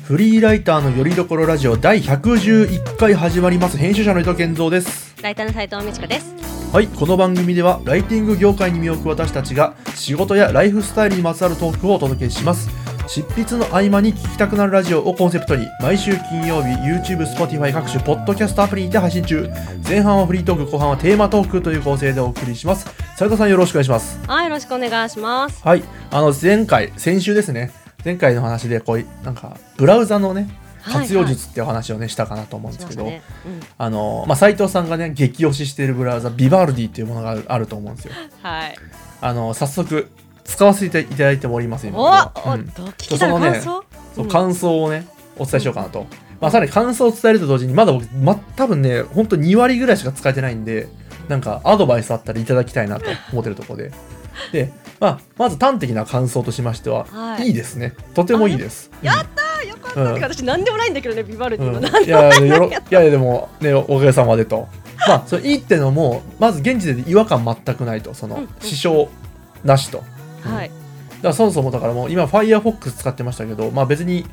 フリーライターのよりどころラジオ第111回始まります。編集者の伊藤健三です。 ライターの斉藤美智子です。 はい、この番組ではライティング業界に身を置く私たちが仕事やライフスタイルにまつわるトークをお届けします。執筆の合間に聞きたくなるラジオをコンセプトに毎週金曜日 YouTube、Spotify 各種ポッドキャストアプリにて配信中。前半はフリートーク、後半はテーマトークという構成でお送りします。斉藤さんよろしくお願いします。 はい、よろしくお願いします。 はい、先週ですね、前回の話でこうなんかブラウザのね活用術っていう話をねしたかなと思うんですけど、斉藤さんがね激推ししているブラウザビバルディっていうものがあると思うんですよ。 はい。 早速使わせていただいております今。 聞きたい感想？ 感想をねお伝えしようかなと。さらに感想を伝えると同時にまだ僕多分ねほんと2割ぐらいしか使えてないんで、なんかアドバイスあったらいただきたいなと思ってるところで。まず端的な感想としましては、いいですね。とてもいいです。 やったー、よかった。私何でもないんだけどね、ビバルディのいやでもねおかげさまでと。それいいってのもまず現時点で違和感全くないと、その支障なしと。 はい。 だからそもそもだからもう今 Firefox 使ってましたけど、別に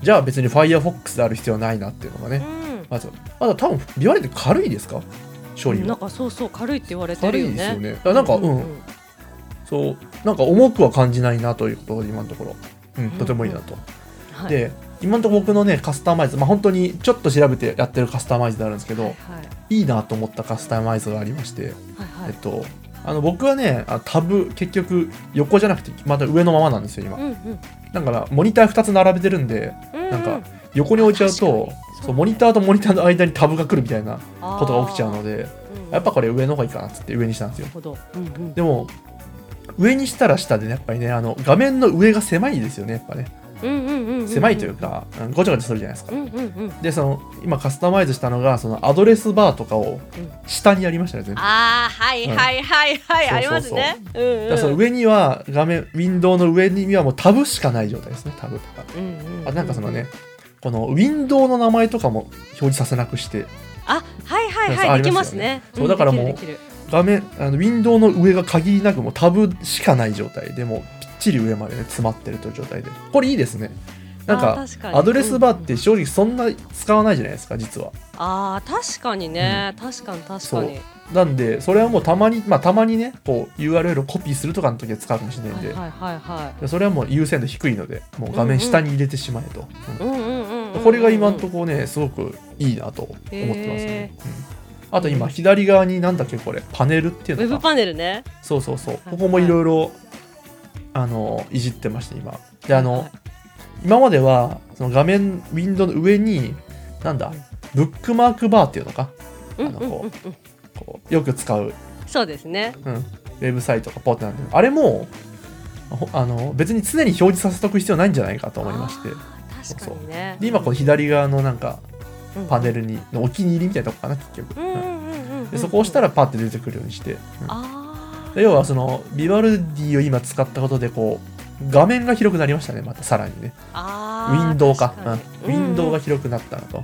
Firefox である必要はないなっていうのがね。まず多分ビバルディ軽いですか？処理は。 なんかそう軽いって言われてるよね。 軽いですよね。だからなんかそうなんか重くは感じないなということで今のところ、とてもいいなと。で今のところ僕のねカスタマイズ、本当にちょっと調べてやってるカスタマイズであるんですけど、いいなと思ったカスタマイズがありまして、僕はねタブ結局横じゃなくてまた上のままなんですよ今。だからモニター2つ並べてるんで、なんか横に置いちゃうとモニターとモニターの間にタブが来るみたいなことが起きちゃうので、やっぱこれ上の方がいいかなっつって上にしたんですよ。でも上にしたら下でねやっぱりね画面の上が狭いですよねやっぱね。狭いというかごちゃごちゃするじゃないですか。で今カスタマイズしたのがそのアドレスバーとかを下にやりましたね全部。 はいありますね。 その上にはウィンドウの上にはもうタブしかない状態ですね。タブとかなんかそのねこのウィンドウの名前とかも表示させなくして、 できますね。 そうだからもう画面ウィンドウの上が限りなくもうタブしかない状態でもうぴっちり上までね詰まってるという状態で、これいいですね。なんかアドレスバーって正直そんな使わないじゃないですか実は。 確かにね、確かに。 なんでそれはもうたまにねこう URL をコピーするとかの時は使うかもしれないんで、それはもう優先度低いのでもう画面下に入れてしまえと。これが今のところねすごくいいなと思ってますね。あと今左側になんだっけこれパネルっていうのか、 ウェブパネルね。 そうここもいろいろいじってまして今で今まではその画面ウィンドウの上にブックマークバーっていうのかこうよく使うそうですね、 ウェブサイトがポッてなんで、あれも別に常に表示させとく必要ないんじゃないかと思いまして、 確かにね。 で今この左側のなんかパネルにのお気に入りみたいなとこかな結局。でそこを押したらパッて出てくるようにして、要はそのビバルディを今使ったことでこう画面が広くなりましたね。またさらにねウィンドウか、ウィンドウが広くなったのと、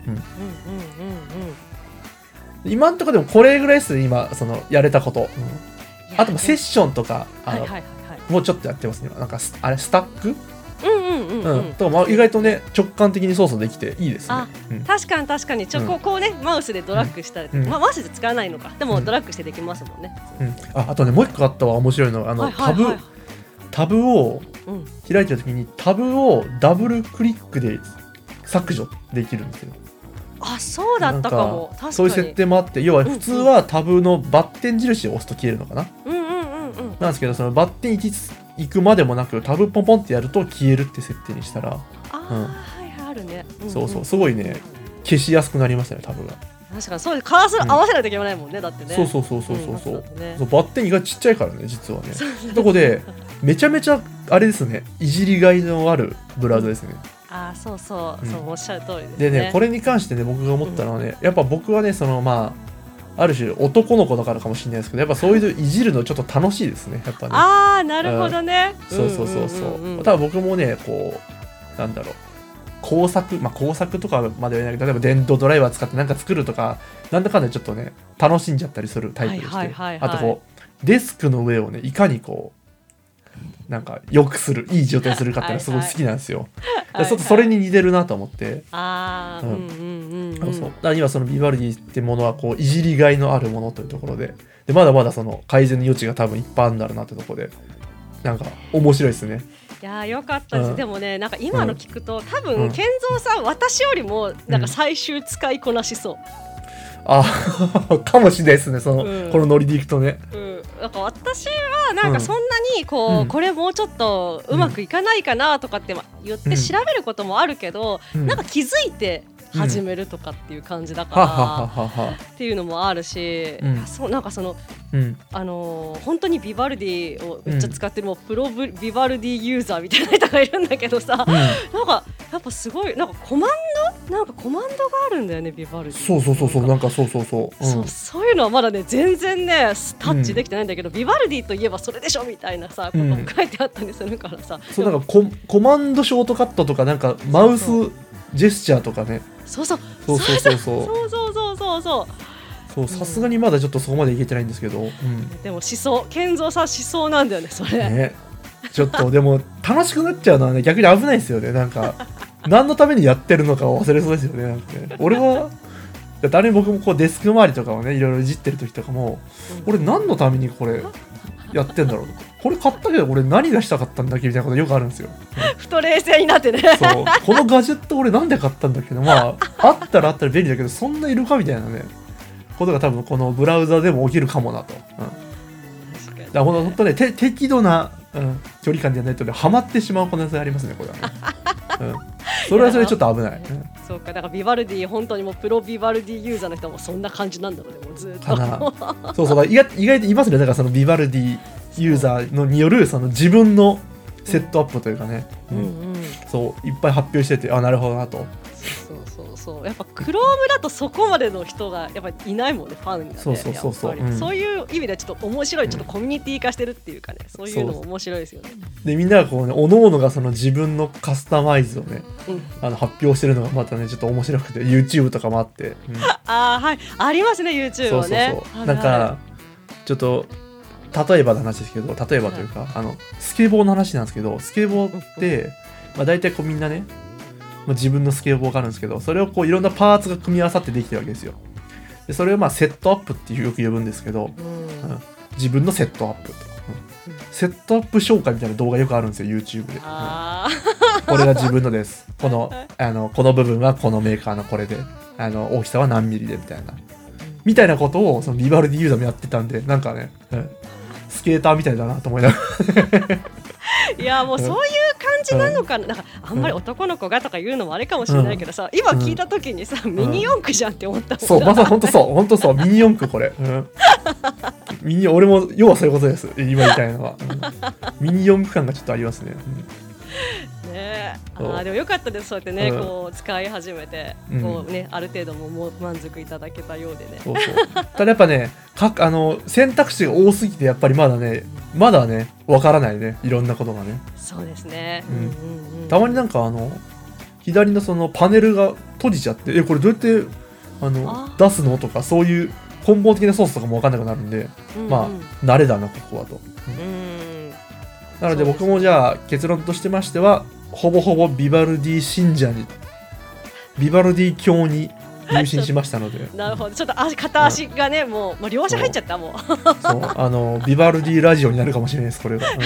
今んところでもこれぐらいですね今そのやれたこと、あともセッションとかもうちょっとやってますね。なんかあれスタックとか意外とね直感的に操作できていいですね。 確かにこうねマウスでドラッグしたり、マウスで使わないのか、でもドラッグしてできますもんね。 あとねもう一個あったわ面白いのタブを開いた時にタブをダブルクリックで削除できるんですよ。 そうだったかも。確かにそういう設定もあって、要は普通はタブのバッテン印を押すと消えるのかな。なんですけどそのバッテン行くまでもなくタブポンポンってやると消えるって設定にしたら、 あるね。 すごいね消しやすくなりましたねタブが。 確かにそういうカーソル合わせないといけないもんね、だってね。 そうバッテン意外とちっちゃいからね実はね。とこでめちゃめちゃあれですね、いじりがいのあるブラウザですね。 そうおっしゃる通りですね。 でねこれに関してね僕が思ったのはね、やっぱ僕はねそのある種男の子だからかもしれないですけど、やっぱそういういじるのちょっと楽しいですねやっぱね。 なるほどね。 多分僕もねこうなんだろう工作とかまでは言えないけど、例えば電動ドライバー使って何か作るとかなんだかんだちょっとね楽しんじゃったりするタイプでして、あとこうデスクの上をねいかにこうなんか良くするいい状態にするかっていうのはすごい好きなんですよ。 はいはい、 ちょっとそれに似てるなと思って、 ああ、うんうんうんうん、 そうだから今そのビバルディってものはこういじりがいのあるものというところで、まだまだその改善の余地が多分いっぱいあるんだろうなというところで、なんか面白いですね。 いやよかったです、でもねなんか今の聞くと、多分健三さん、私よりもなんか最終使いこなしそう、 かもしれないですね、このノリでいくとね。 なんか私はなんかそんなにこれもうちょっとうまくいかないかなとかって言って調べることもあるけど、なんか気づいて始めるとかっていう感じだからっていうのもあるし、なんかその本当にビバルディをめっちゃ使ってるもうプロビバルディユーザーみたいな人がいるんだけどさ、なんかやっぱすごいなんかコマンドがあるんだよね、ビバルディ。 そうなんかそういうのはまだね全然ねタッチできてないんだけど、ビバルディといえばそれでしょみたいなさことも書いてあったりするからさ、 そうなんかコマンドショートカットとかなんかマウスジェスチャーとかね、そうさすがにまだちょっとそこまでいけてないんですけど、 でも健三さん思想なんだよねそれね。ちょっとでも楽しくなっちゃうのはね逆に危ないですよね。なんか何のためにやってるのかを忘れそうですよね。なんかね俺はだって僕もこうデスク周りとかをねいろいろいじってる時とかも、俺何のためにこれやってんだろう、これ買ったけど俺何がしたかったんだっけみたいなことよくあるんですよ。 ふと冷静になってねそうこのガジェット俺なんで買ったんだっけど、まああったら便利だけどそんないるかみたいなねことが多分このブラウザでも起きるかもなと、だから本当ね適度な、距離感じゃないとねハマってしまう可能性ありますねこれはね、それはそれちょっと危ない、 そうか、だからビバルディ本当にもうプロビバルディユーザーの人もそんな感じなんだろうね、もうずっとそう意外といますね。だからそのビバルディユーザーのによるその自分のセットアップというかね、そういっぱい発表してて、なるほどなと。 そうやっぱクロームだとそこまでの人がやっぱりいないもんね、ファンがね。そういう意味ではちょっと面白い、ちょっとコミュニティ化してるっていうかね、そういうのも面白いですよね。 でみんながこうね、おのおのがその自分のカスタマイズをね、発表してるのがまたねちょっと面白くて、 YouTube とかもあって、 はいありますね YouTube はね。 なんかちょっと例えばの話ですけど、例えばというか、スケボーの話なんですけど、スケボーって、大体こうみんなね、自分のスケボーがあるんですけど、それをこういろんなパーツが組み合わさってできてるわけですよ。でそれをセットアップってよく呼ぶんですけど、自分のセットアップと、セットアップ紹介みたいな動画よくあるんですよ YouTube で、これが自分のです、この部分はこのメーカーのこれで、大きさは何ミリでみたいなことをそのビバルディユーザーもやってたんで、なんかね、スケーターみたいだなと思いながらいやもうそういう感じなのかな、なんかあんまり男の子がとか言うのもあれかもしれないけどさ、今聞いた時にさ、ミニ四駆じゃんって思ったもん。 そう、まさ本当そうミニ四駆これ、俺も要はそういうことです、今言いたいのは、ミニ四駆感がちょっとありますね。 でもよかったです、そうやってね、こう使い始めて、こうね、ある程度もう満足いただけたようでね。 ただやっぱね、選択肢が多すぎてやっぱりまだねわからないね、いろんなことがね。 そうですね。 たまになんか左のそのパネルが閉じちゃって、これどうやって出すのとか、そういう根本的な操作とかも分かんなくなるんで、慣れだなここはと。なので僕もじゃあ結論としてましては、ほぼほぼビバルディ信者に、ビバルディ教に入信しましたのでなるほど、ちょっと片足がね、もう両足入っちゃった、もうそうビバルディラジオになるかもしれないです、これが。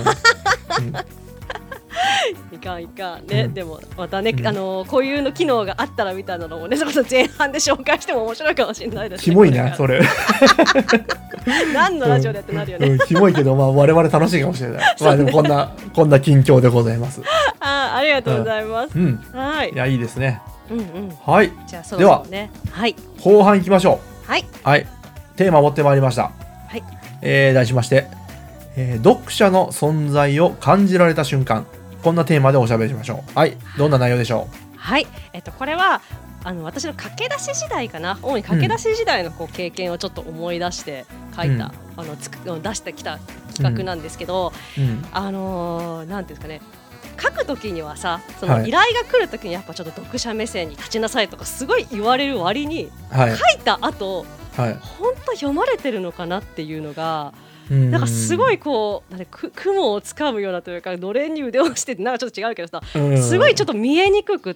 いかんね、でもまたね、こういうの機能があったらみたいなのもね、それこそ前半で紹介しても面白いかもしれないですね。 キモいなそれ何のラジオでってなるよね。 キモいけど、我々楽しいかもしれない。でもこんな近況でございます。 ありがとうございます。はい。 いや、いいですね。 はい。じゃあそうですね。はい。 後半行きましょう。はい。 はい。テーマ持ってまいりました。はい。題しまして、読者の存在を感じられた瞬間。こんなテーマでおしゃべりしましょう。はい。どんな内容でしょう。 はい。これは私の駆け出し時代かな、主に駆け出し時代の経験をちょっと思い出して書いた、出してきた企画なんですけど、なんていうんですかね、書くときにはさ、その依頼が来るときにやっぱちょっと読者目線に立ちなさいとかすごい言われる割に、書いた後、本当読まれてるのかなっていうのがなんかすごいこう雲をつかむようなというかのれんに腕をしててなんかちょっと違うけどさ、すごいちょっと見えにくくって、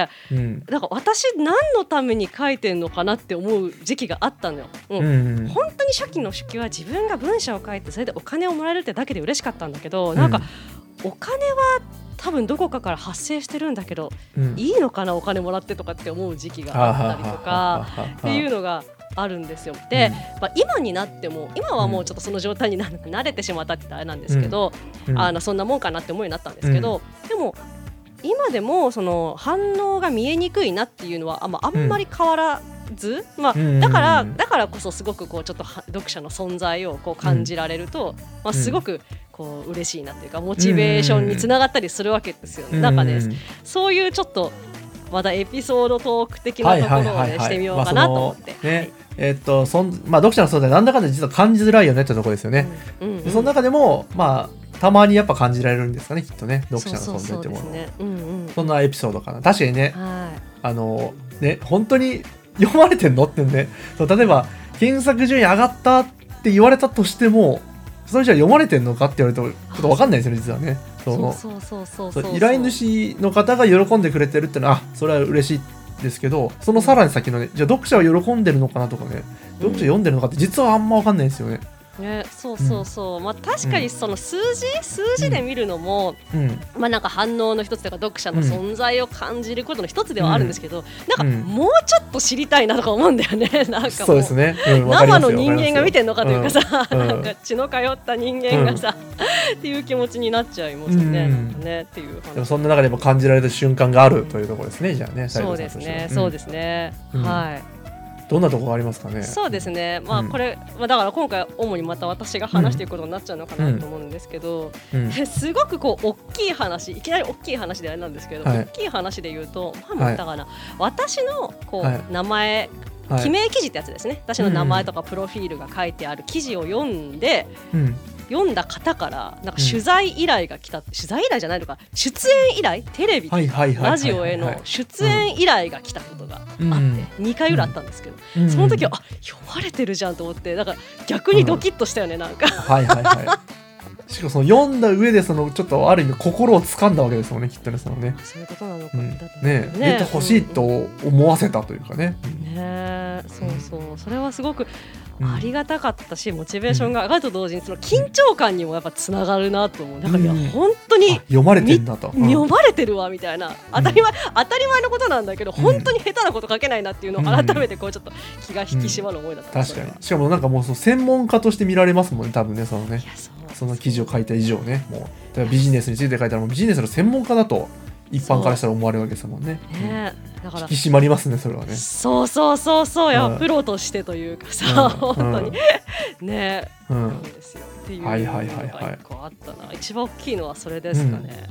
なんか私何のために書いてんのかなって思う時期があったのよ。本当に初期の初期は自分が文章を書いてそれでお金をもらえるってだけで嬉しかったんだけど、なんかお金は多分どこかから発生してるんだけど、いいのかなお金もらってとかって思う時期があったりとかっていうのがあるんですよ。で、今になっても今はもうちょっとその状態に慣れてしまったって言ったらあれなんですけど、そんなもんかなって思うようになったんですけど、でも今でもその反応が見えにくいなっていうのはあんまり変わらず、だからこそすごくこうちょっと読者の存在をこう感じられると、すごくこう嬉しいなっていうかモチベーションにつながったりするわけですよね。なんかね、そういうちょっとまたエピソードトーク的なところをねしてみようかなと思って。 読者の存在なんだかんだ実は感じづらいよねってところですよね。その中でもたまにやっぱ感じられるんですかね、きっとね、読者の存在ってもの。そんなエピソードかな。確かにね、本当に読まれてんのってね、例えば検索順位上がったって言われたとしても、それじゃ読まれてんのかって言われるとちょっと分かんないですよね、実はね。依頼主の方が喜んでくれてるってのはそれは嬉しいですけど、そのさらに先のね、じゃあ読者は喜んでるのかなとかね、読者読んでるのかって実はあんま分かんないですよね。 確かにその数字で見るのも、なんか反応の一つというか読者の存在を感じることの一つではあるんですけど、なんかもうちょっと知りたいなとか思うんだよね。なんかもうそうですね、 生の人間が見てるのかというかさ、なんか血の通った人間がさ、っていう気持ちになっちゃいますね。っていう話。 でもそんな中でも感じられる瞬間があるというところですね。じゃあね、 そうですね、そうですね。はい。 どんなところがありますかね。 そうですね、これ、だから今回主にまた私が話していくことになっちゃうのかなと思うんですけど、すごくこう大きい話、いきなり大きい話であれなんですけど、大きい話で言うとだから私のこう名前、記名記事ってやつですね。私の名前とかプロフィールが書いてある記事を読んで、読んだ方からなんか取材依頼が来た、取材依頼じゃないのか、出演依頼、テレビ、ラジオへの出演依頼が来たことがあって2回ぐらいあったんですけど、その時は読まれてるじゃんと思って、だから逆にドキッとしたよね、なんか。 しかもその読んだ上でそのちょっとある意味心を掴んだわけですもんね、きっとね。そのね、 そういうことなのか、 ね、出てほしいと思わせたというかね。 それはすごくありがたかったし、モチベーションが上がると同時にその緊張感にもやっぱつながるなと思う。だから本当に読まれてんだと、 読まれてるわみたいな、当たり前のことなんだけど、本当に下手なこと書けないなっていうのを改めてこうちょっと気が引き締まる思いだった。 確かに。しかもなんかもうその専門家として見られますもんね、多分ね、そのね。その記事を書いた以上ね、もうビジネスについて書いたらもうビジネスの専門家だと一般からしたら思われるわけですもんね。だから引き締まりますね、それはね。 そうや、プロとしてというかさ、本当にね、なんですよっていうのが一個あったな。一番大きいのはそれですかね。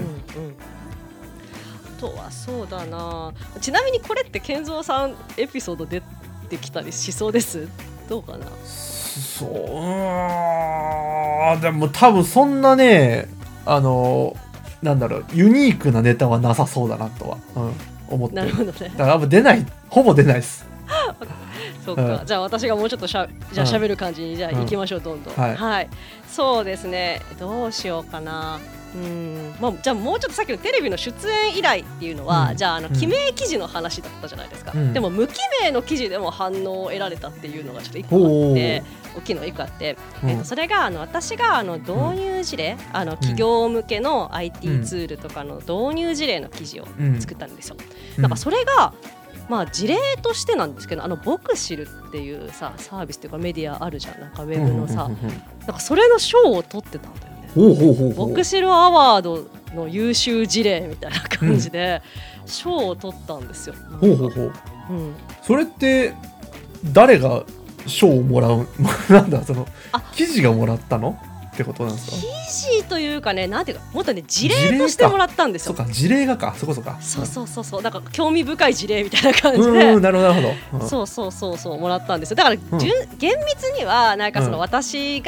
あとはそうだな。ちなみにこれって健三さんエピソード出てきたりしそうです？どうかな。 でも多分そんなね、なんだろう、ユニークなネタはなさそうだなとは、思って。なるほどね。だからほぼ出ないです。 そうか、じゃあ私がもうちょっと喋る感じに行きましょう、どんどん。はい、そうですね、どうしようかな。じゃあもうちょっとさっきのテレビの出演依頼っていうのは、じゃあ記名記事の話だったじゃないですか。でも無記名の記事でも反応を得られたっていうのがちょっと1個あって、大きいのが1個あって、それが私が導入事例、企業向けの IT ツールとかの導入事例の記事を作ったんですよ。なんかそれが事例としてなんですけど、ボクシルっていうさサービスっていうかメディアあるじゃん、なんかウェブのさ、なんかそれの賞を取ってたんだよね。ボクシルアワードの優秀事例みたいな感じで賞を取ったんですよ。それって誰が賞をもらうなんだ、その記事がもらったのってことなんですか？ 記事というかね、なんていうか、もっとね事例としてもらったんですよ。 そうか、事例がか、そこそか。 そう、なんか興味深い事例みたいな感じで、 なるほど、 そうもらったんですよ。だから厳密にはなんかその私が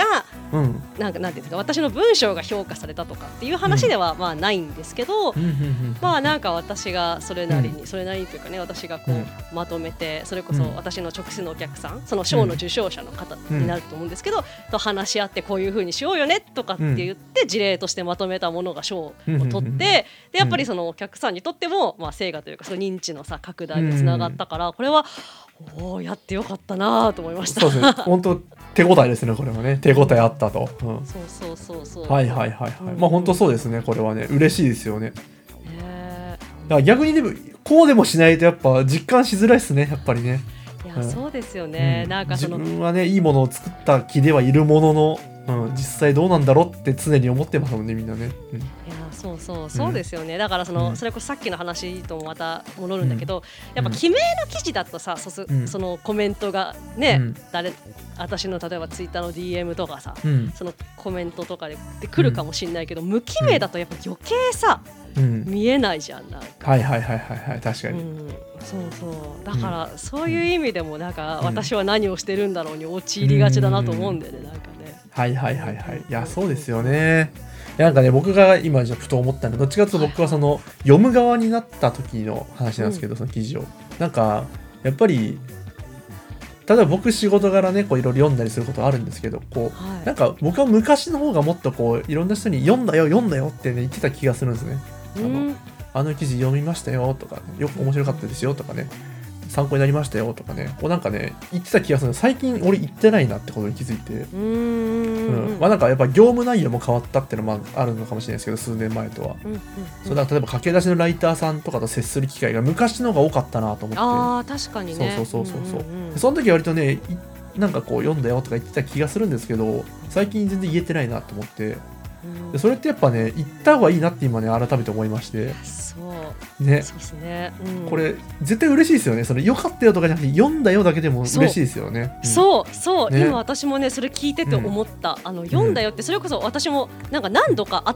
なんていうんですか、私の文章が評価されたとかっていう話ではまあないんですけど、まあなんか私がそれなりにというかね、私がこうまとめて、それこそ私の直接のお客さん、その賞の受賞者の方になると思うんですけど、と話し合ってこういう風にしようよねとかって言って事例としてまとめたものが賞を取って、でやっぱりそのお客さんにとってもまあ成果というかその認知の拡大につながったから、これはやってよかったなと思いました。 そうですね、本当手応えですね、これはね、手応えあったと。 そうはい、まあ本当そうですね、これはね嬉しいですよね。だから逆にでもこうでもしないとやっぱ実感しづらいですね、やっぱりね。 いや、そうですよね。なんか自分はねいいものを作った気ではいるものの、実際どうなんだろうって常に思ってますもんね、みんなね。いや、そうですよね。だからそれこそさっきの話ともまた戻るんだけど、やっぱ記名の記事だとさ、そのコメントがね、私の例えばツイッターの DM とかさ、そのコメントとかで来るかもしれないけど、無記名だとやっぱ余計さ、見えないじゃん。 はい確かに。 だからそういう意味でもなんか私は何をしてるんだろうに陥りがちだなと思うんだよね、なんかね。 いやそうですよね。なんかね、僕が今ふと思ったのは、どっちかというと僕はその読む側になった時の話なんですけど、その記事をなんかやっぱり例えば僕仕事柄ねこういろいろ読んだりすることあるんですけど、こう、なんか僕は昔の方がもっとこういろんな人に読んだよってね言ってた気がするんですね。あの記事読みましたよとか、よく面白かったですよとかね、参考になりましたよとかね、なんかね言ってた気がする。最近俺言ってないなってことに気づいて、まあなんかやっぱ業務内容も変わったっていうのもあるのかもしれないですけど、数年前とは。そうだから例えば駆け出しのライターさんとかと接する機会が昔の方が多かったなと思って。 あ、確かにね。 そうその時は割とねなんかこう読んだよとか言ってた気がするんですけど、最近全然言えてないなと思って、それってやっぱね言った方がいいなって今ね改めて思いまして。そうですね、これ絶対嬉しいですよね。それ良かったよとかじゃなくて読んだよだけでも嬉しいですよね。 そうね、今私もねそれ聞いてて思った、読んだよってそれこそ私もなんか何度かあって、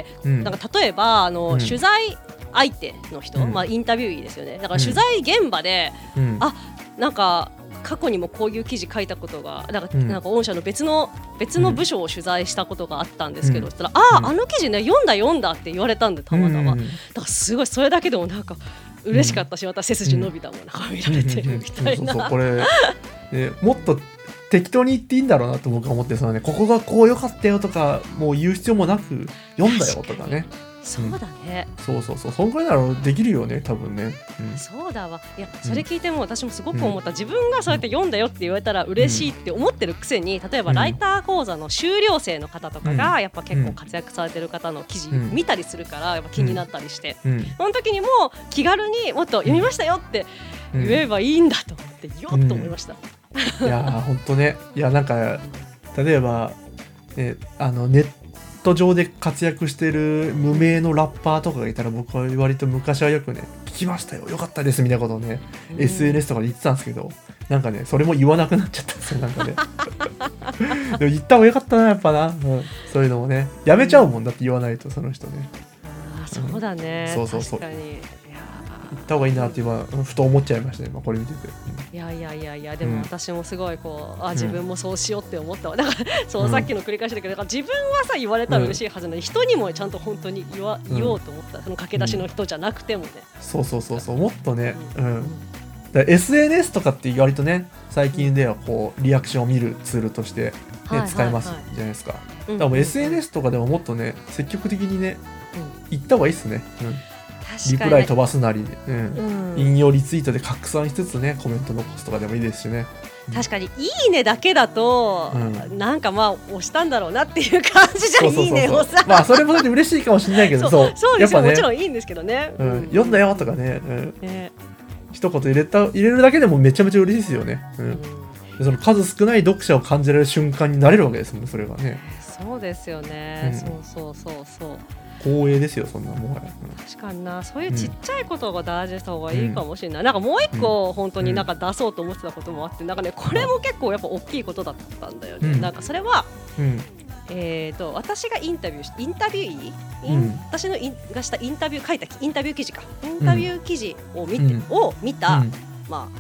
なんか例えば取材相手の人、インタビューイーですよね。だから取材現場で、なんか過去にもこういう記事書いたことがなんか御社の別の部署を取材したことがあったんですけど、そしたらあの記事ね読んだって言われたんで、たまたま。だからすごいそれだけでもなんか嬉しかったし、また背筋伸びたもんなんか見られてるみたいな。 これもっと適当に言っていいんだろうなと僕は思って、そのね、ここがこう良かったよとかもう言う必要もなく読んだよとかね。 そうだね、 そんくらいならできるよね多分ね。 そうだわ。いやそれ聞いても私もすごく思った。自分がそうやって読んだよって言われたら嬉しいって思ってるくせに、例えばライター講座の修了生の方とかがやっぱ結構活躍されてる方の記事見たりするからやっぱ気になったりして、その時にも気軽にもっと読みましたよって言えばいいんだと思ってよっと思いました。 いや本当ね。いやなんか例えば、ネット上で活躍してる無名のラッパーとかがいたら、僕は割と昔はよくね聞きましたよ、よかったですみたいなことをね、SNS とかで言ってたんですけど、なんかねそれも言わなくなっちゃったんですよ。なんかねでも言った方がよかったなやっぱな、そういうのもねやめちゃうもんだって言わないとその人ね。 そうだね、確かに行った方がいいなって今ふと思っちゃいましたね、これ見てて。 いやでも私もすもこう自分もそうしようって思ったわ。だからそう、さっきの繰り返しだけど、だから自分はさ言われたら嬉しいはずなのに、人にもちゃんと本当に言おうと思った。その駆け出しの人じゃなくてもね。 そうもっとね、だ SNS とかって割とね最近ではこうリアクションを見るツールとして、使えますじゃないですか。だからもう SNS とかでももっとね積極的にね言った方がいいですね。リプライ飛ばすなり、引用リツイートで拡散しつつねコメント残すとかでもいいですしね。 確かにいいねだけだと、なんかまあ押したんだろうなっていう感じじゃん。いいねをさ、 まあそれも嬉しいかもしれないけど、 そうですよ、 ね、 もちろんいいんですけどね、 読んだよとかね、一言入れるだけでもめちゃめちゃ嬉しいですよね。その数少ない読者を感じられる瞬間になれるわけですもんね、それがね。 そうですよね、そう光栄ですよ、そんなもはや。 確かにな、そういうちっちゃいことが大事にした方がいいかもしれない。なんかもう一個本当になんか出そうと思ってたこともあって、なんかねこれも結構やっぱ大きいことだったんだよね。なんかそれは、私がインタビュー私のがしたインタビュー書いたインタビュー記事か、インタビュー記事を見た、まあ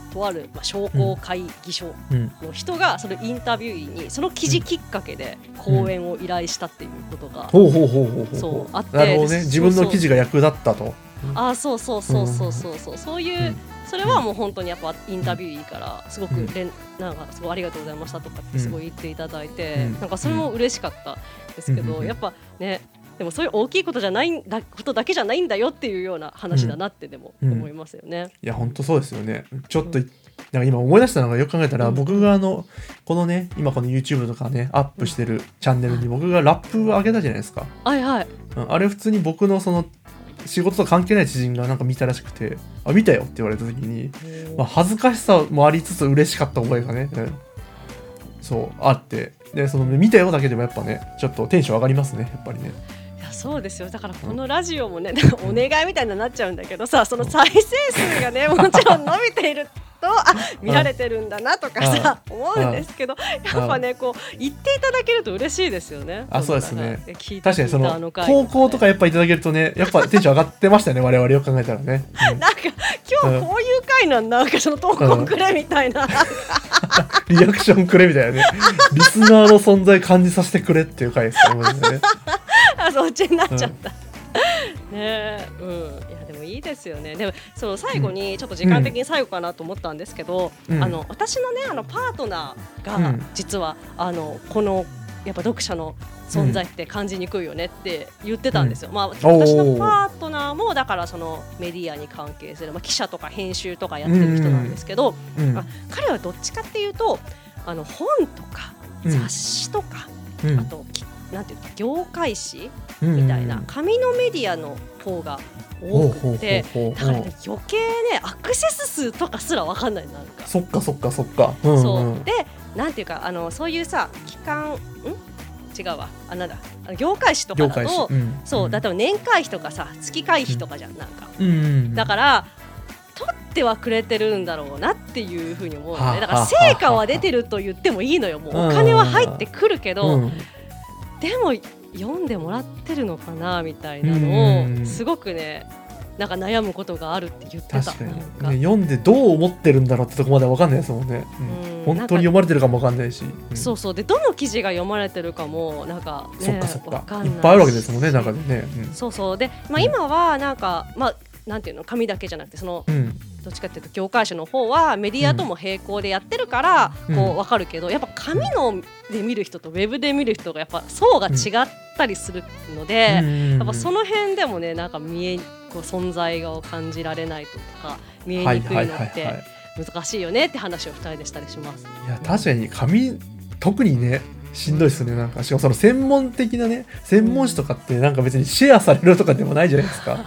とある、商工会議所の人がそのインタビューにその記事きっかけで講演を依頼したっていうことがそうあって、 なるほどね、自分の記事が役立ったと。 そうそういうそれはもう本当にやっぱインタビューいいからすごくなんかすごいありがとうございましたとかってすごい言っていただいて、なんかそれも嬉しかったですけど、やっぱねでもそういう大きいことだけじゃないんだよっていうような話だなってでも思いますよね。 いや本当そうですよね。ちょっとなんか今思い出したのが、よく考えたら僕がこのね今この YouTube とかねアップしてるチャンネルに僕がラップを上げたじゃないですか。 はいはい。 あれ普通に僕のその仕事と関係ない知人がなんか見たらしくて、見たよって言われた時に、恥ずかしさもありつつ嬉しかった覚えがね、そうあって、でその見たよだけでもやっぱねちょっとテンション上がりますね、やっぱりね。 いやそうですよ。だからこのラジオもね、お願いみたいになっちゃうんだけどさ、その再生数がねもちろん伸びていると見られてるんだなとかさ思うんですけど、やっぱねこう言っていただけると嬉しいですよね。 そうですね。確かにその投稿とかやっぱいただけるとね、やっぱテンション上がってましたね我々よく考えたらね。 なんか今日こういう回なんかその投稿くれみたいな、 リアクションくれみたいなね、リスナーの存在感じさせてくれっていう回ですよね。 そっちになっちゃったね。いやでもいいですよね。でもその最後にちょっと時間的に最後かなと思ったんですけど、私のねパートナーが実はこのやっぱ読者の存在って感じにくいよねって言ってたんですよ。私のパートナーもだからそのメディアに関係する、記者とか編集とかやってる人なんですけど、彼はどっちかっていうと本とか雑誌とか、あとなんていうか業界誌みたいな紙のメディアの方が多くて、だから余計ねアクセス数とかすら分かんない。なんかそっか、 そうでなんていうかそういうさ期間違うわなんだ業界誌とかだと、そうだと年会費とかさ月会費とかじゃん、なんか、だから取ってはくれてるんだろうなっていうふうに思うので、だから成果は出てると言ってもいいのよ。もうお金は入ってくるけど、でも読んでもらってるのかなみたいなのをすごくねなんか悩むことがあるって言ってた。 確かに、読んでどう思ってるんだろうってとこまでは分かんないですもんね。本当に読まれてるかも分かんないし、 そうでどの記事が読まれてるかもなんかね分かんないし、 いっぱいあるわけですもんね、中でね。 そうで、今はなんかなんていうの紙だけじゃなくてその、どっちかっていうと業界誌の方はメディアとも並行でやってるからこう分かるけど、やっぱ紙ので見る人とウェブで見る人がやっぱ層が違ったりするので、やっぱその辺でもねなんかこう存在を感じられないとか見えにくいのって難しいよねって話を2人でしたりします。 いや確かに紙特にねしんどいですね。なんかしかもその専門的なね専門誌とかってなんか別にシェアされるとかでもないじゃないですか。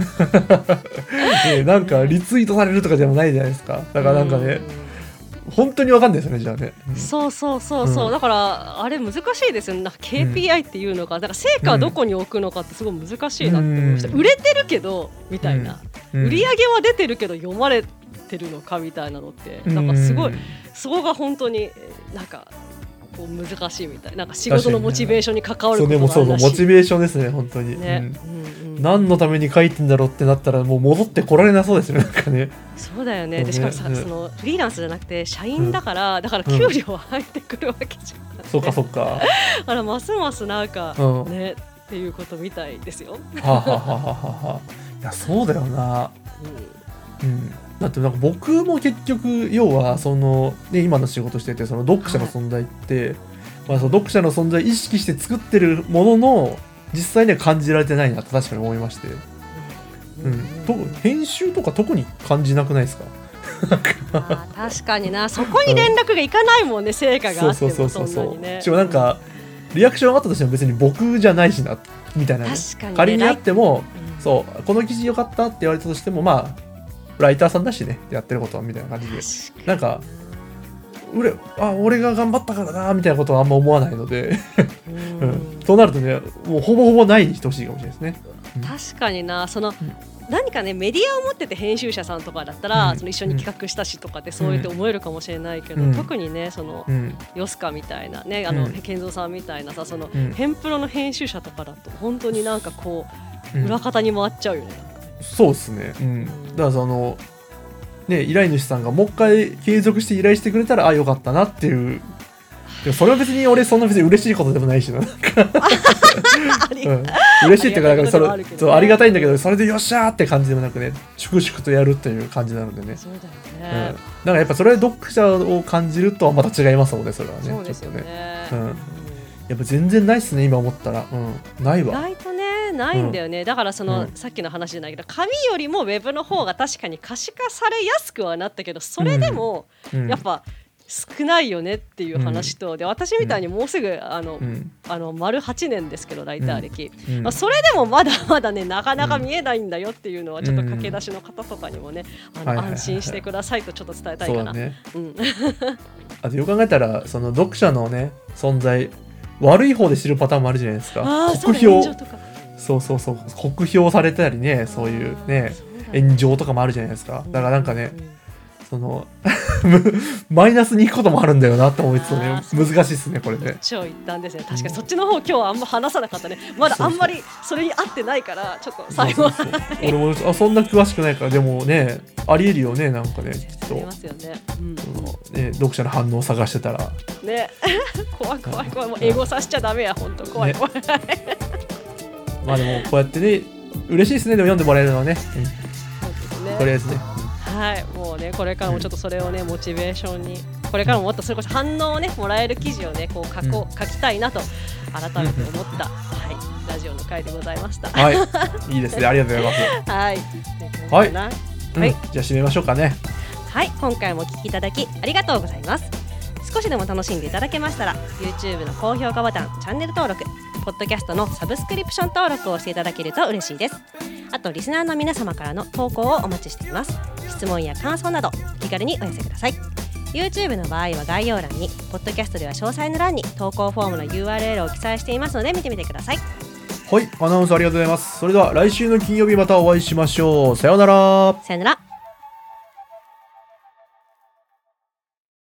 なんかリツイートされるとかでもないじゃないですか。だからなんかね本当に分かんないですよね、じゃあね。 そうだからあれ難しいですよね。なんか KPI っていうのか、だから成果はどこに置くのかってすごい難しいなって思いました。売れてるけどみたいな、売り上げは出てるけど読まれてるのかみたいなのってなんかすごいそこが本当になんかこう難しいみたいな、なんか仕事のモチベーションに関わることがあるらしい。 そうモチベーションですね本当に、何のために書いてんだろうってなったらもう戻ってこられなそうですね、なんかね。 そうだよね。でしかもさ、そのフリーランスじゃなくて社員だから、だから給料は入ってくるわけじゃん、ね。 そうかだからますますなんか、ねっていうことみたいですよ。 いやそうだよな。だってなんか僕も結局要はその、ね、今の仕事しててその読者の存在って、その読者の存在を意識して作ってるものの実際には感じられてないなと確かに思いまして、編集とか特に感じなくないですか？ 確かにな、そこに連絡がいかないもんね、成果があってもそんなにね。 しかもなんかリアクションあったとしても別に僕じゃないしなみたいな、ね、仮にあっても、そうこの記事良かったって言われたとしてもライターさんだしねやってることはみたいな感じで、なんか俺が頑張ったからなみたいなことはあんま思わないのでそうなるとねもうほぼほぼないに等しいかもしれないですね。 確かにな、その、何かねメディアを持ってて編集者さんとかだったら、その一緒に企画したしとかってそうやって思えるかもしれないけど、特にねその、ヨスカみたいなね健三さんみたいなさその、ヘンプロの編集者とかだと本当になんかこう、裏方に回っちゃうよね。 そうですね、だからそのね、依頼主さんがもう一回継続して依頼してくれたらあよかったなっていう。でもそれは別に俺そんな別に嬉しいことでもないしな、なんか嬉しいっていうか、なんかそうありがたいんだけど、それでよっしゃーって感じでもなくね、粛々とやるっていう感じなのでね。 そうだよね。 なんかやっぱそれで読者を感じるとはまた違いますもんね、それはね。 そうですよね。 やっぱ全然ないっすね、今思ったら。ないわ。 意外とね、ないんだよね。だからその、さっきの話じゃないけど、紙よりもウェブの方が確かに可視化されやすくはなったけど、それでもやっぱ少ないよねっていう話と、で私みたいにもうすぐ丸8年ですけどライター歴、それでもまだまだねなかなか見えないんだよっていうのはちょっと駆け出しの方とかにもね安心してくださいとちょっと伝えたいかな。 あとよく考えたらその読者のね存在悪い方で知るパターンもあるじゃないですか。酷評そう酷評されたりね、そういうね炎上とかもあるじゃないですか。だからなんかね、そのマイナスに行くこともあるんだよなって思いつつね、難しいですねこれね。 超一旦ですね。確かにそっちの方今日はあんま話さなかったね。まだあんまりそれに合ってないからちょっと最後は俺もそんな詳しくないから、でもねありえるよね、なんかねきっと。 ありますよね。 読者の反応を探してたらね怖いもう英語さしちゃダメや、本当怖い。 まあでもこうやってね嬉しいですね、でも読んでもらえるのはね。 そうですね。 とりあえずね。 はい、もうねこれからもちょっとそれをねモチベーションにこれからももっとそれこそ反応をねもらえる記事をねこう書きたいなと改めて思った、ラジオの回でございました。 はい、いいですね、ありがとうございます。 はい、 じゃあ締めましょうかね。 はい、今回もお聞きいただきありがとうございます。少しでも楽しんでいただけましたら YouTube の高評価ボタン、チャンネル登録、ポッドキャストのサブスクリプション登録をしていただけると嬉しいです。あとリスナーの皆様からの投稿をお待ちしています。質問や感想など気軽にお寄せください。 YouTube の場合は概要欄に、ポッドキャストでは詳細の欄に投稿フォームの URL を記載していますので見てみてください。 はい、アナウンスありがとうございます。それでは来週の金曜日またお会いしましょう。さようなら。 さようなら。